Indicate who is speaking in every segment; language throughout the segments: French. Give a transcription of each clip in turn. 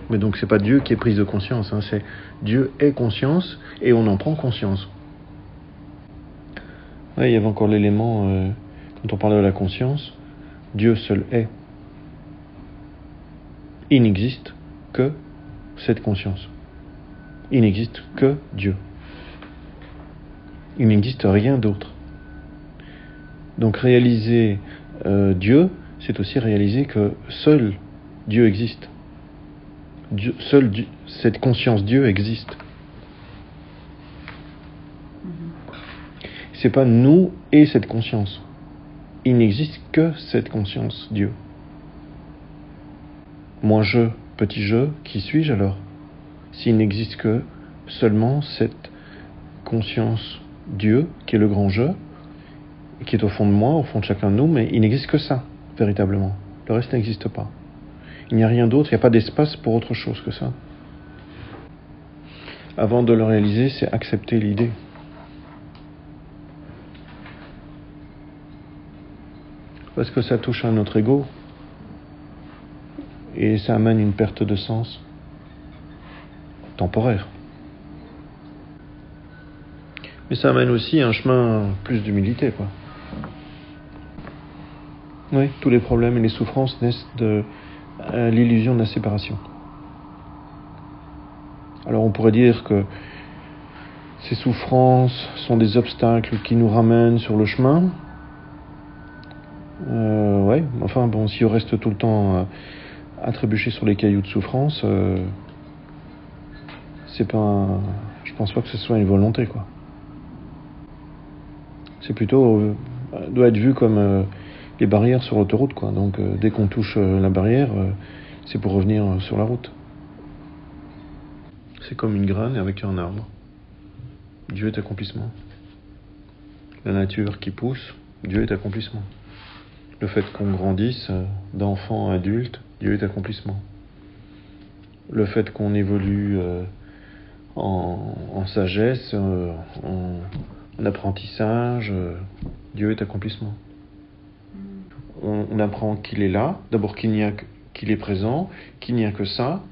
Speaker 1: Mais donc c'est pas Dieu qui est prise de conscience, c'est Dieu est conscience et on en prend conscience. Ouais, il y avait encore l'élément, quand on parlait de la conscience, Dieu seul est. Il n'existe que cette conscience. Il n'existe que Dieu. Il n'existe rien d'autre. Donc réaliser Dieu, c'est aussi réaliser que seul Dieu existe. Cette conscience Dieu existe. C'est pas nous et cette conscience. Il n'existe que cette conscience Dieu. Moi je, petit je, qui suis-je alors? S'il n'existe que seulement cette conscience Dieu, qui est le grand je, qui est au fond de moi, au fond de chacun de nous, mais il n'existe que ça, véritablement. Le reste n'existe pas. Il n'y a rien d'autre, il n'y a pas d'espace pour autre chose que ça. Avant de le réaliser, c'est accepter l'idée. Parce que ça touche à notre ego. Et ça amène une perte de sens temporaire. Mais ça amène aussi un chemin plus d'humilité, quoi. Oui, tous les problèmes et les souffrances naissent de l'illusion de la séparation. Alors on pourrait dire que ces souffrances sont des obstacles qui nous ramènent sur le chemin. Ouais, enfin bon, si on reste tout le temps à trébucher sur les cailloux de souffrance, c'est pas je pense pas que ce soit une volonté, quoi. C'est plutôt doit être vu comme les barrières sur l'autoroute, quoi. Donc dès qu'on touche la barrière, c'est pour revenir sur la route. C'est comme une graine avec un arbre. Dieu est accomplissement. La nature qui pousse, Dieu est accomplissement. Le fait qu'on grandisse d'enfant à adulte, Dieu est accomplissement. Le fait qu'on évolue en sagesse, en apprentissage, Dieu est accomplissement. On apprend qu'il est là, d'abord qu'il est présent, qu'il n'y a que ça,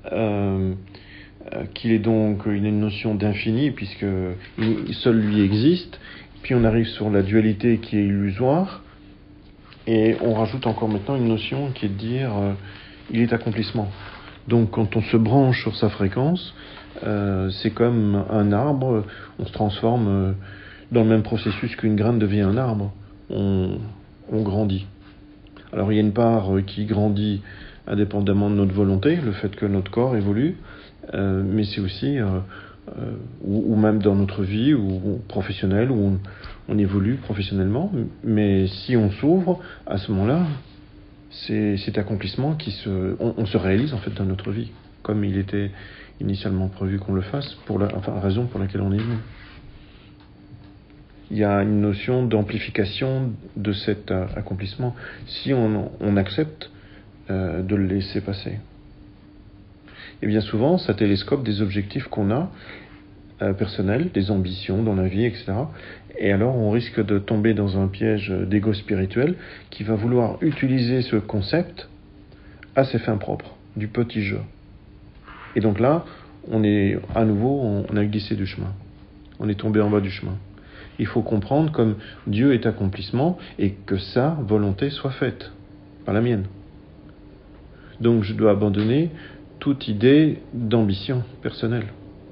Speaker 1: qu'il est donc une notion d'infini puisque seul lui existe. Puis on arrive sur la dualité qui est illusoire et on rajoute encore maintenant une notion qui est de dire il est accomplissement. Donc quand on se branche sur sa fréquence, c'est comme un arbre, on se transforme dans le même processus qu'une graine devient un arbre. On grandit. Alors il y a une part qui grandit indépendamment de notre volonté, le fait que notre corps évolue, mais c'est aussi, ou même dans notre vie ou professionnelle, où on évolue professionnellement, mais si on s'ouvre, à ce moment-là, c'est cet accomplissement on se réalise en fait dans notre vie, comme il était initialement prévu qu'on le fasse, la raison pour laquelle on est venu. Il y a une notion d'amplification de cet accomplissement si on accepte de le laisser passer. Et bien souvent, ça télescope des objectifs qu'on a, personnels, des ambitions dans la vie, etc. Et alors, on risque de tomber dans un piège d'ego spirituel qui va vouloir utiliser ce concept à ses fins propres, du petit jeu. Et donc là, on a glissé du chemin. On est tombé en bas du chemin. Il faut comprendre comme Dieu est accomplissement et que sa volonté soit faite, pas la mienne. Donc je dois abandonner toute idée d'ambition personnelle.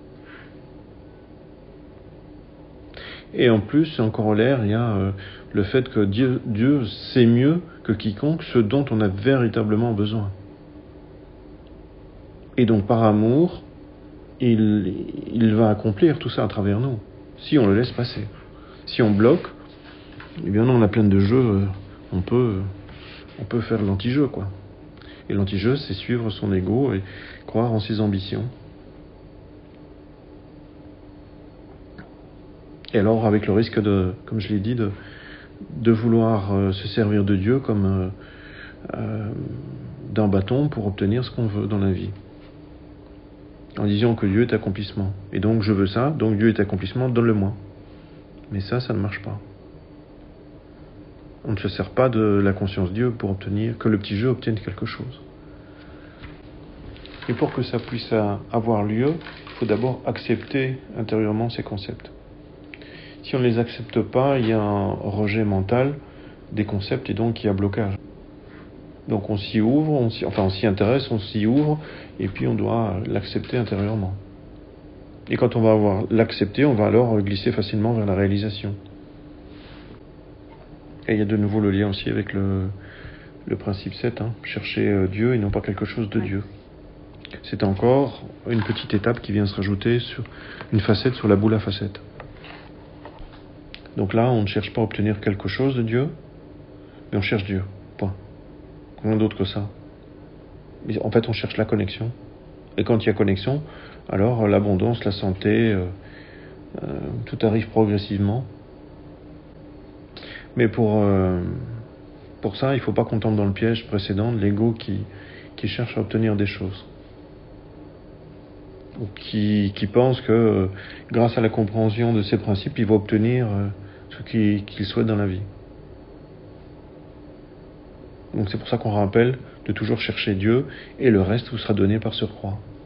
Speaker 1: Et en plus, en corollaire, il y a le fait que Dieu sait mieux que quiconque ce dont on a véritablement besoin. Et donc par amour, il va accomplir tout ça à travers nous, si on le laisse passer. Si on bloque, eh bien non, on a plein de jeux, on peut faire l'anti-jeu, quoi. Et l'anti-jeu, c'est suivre son ego et croire en ses ambitions. Et alors, avec le risque comme je l'ai dit, de vouloir se servir de Dieu comme d'un bâton pour obtenir ce qu'on veut dans la vie. En disant que Dieu est accomplissement. Et donc, je veux ça, donc Dieu est accomplissement, donne-le-moi. Mais ça ne marche pas. On ne se sert pas de la conscience Dieu pour obtenir que le petit jeu obtienne quelque chose. Et pour que ça puisse avoir lieu, il faut d'abord accepter intérieurement ces concepts. Si on ne les accepte pas, il y a un rejet mental des concepts et donc il y a blocage. Donc on s'y ouvre, on s'y intéresse, on s'y ouvre, et puis on doit l'accepter intérieurement. Et quand on va avoir l'accepté, on va alors glisser facilement vers la réalisation. Et il y a de nouveau le lien aussi avec le principe 7, chercher Dieu et non pas quelque chose de Dieu. C'est encore une petite étape qui vient se rajouter sur une facette sur la boule à facettes. Donc là, on ne cherche pas à obtenir quelque chose de Dieu, mais on cherche Dieu. Point. Rien d'autre que ça. Mais en fait, on cherche la connexion. Et quand il y a connexion, alors l'abondance, la santé, tout arrive progressivement. Mais pour ça, il ne faut pas qu'on tombe dans le piège précédent de l'ego qui cherche à obtenir des choses. Ou qui pense que grâce à la compréhension de ces principes, il va obtenir ce qu'il souhaite dans la vie. Donc c'est pour ça qu'on rappelle de toujours chercher Dieu et le reste vous sera donné par surcroît.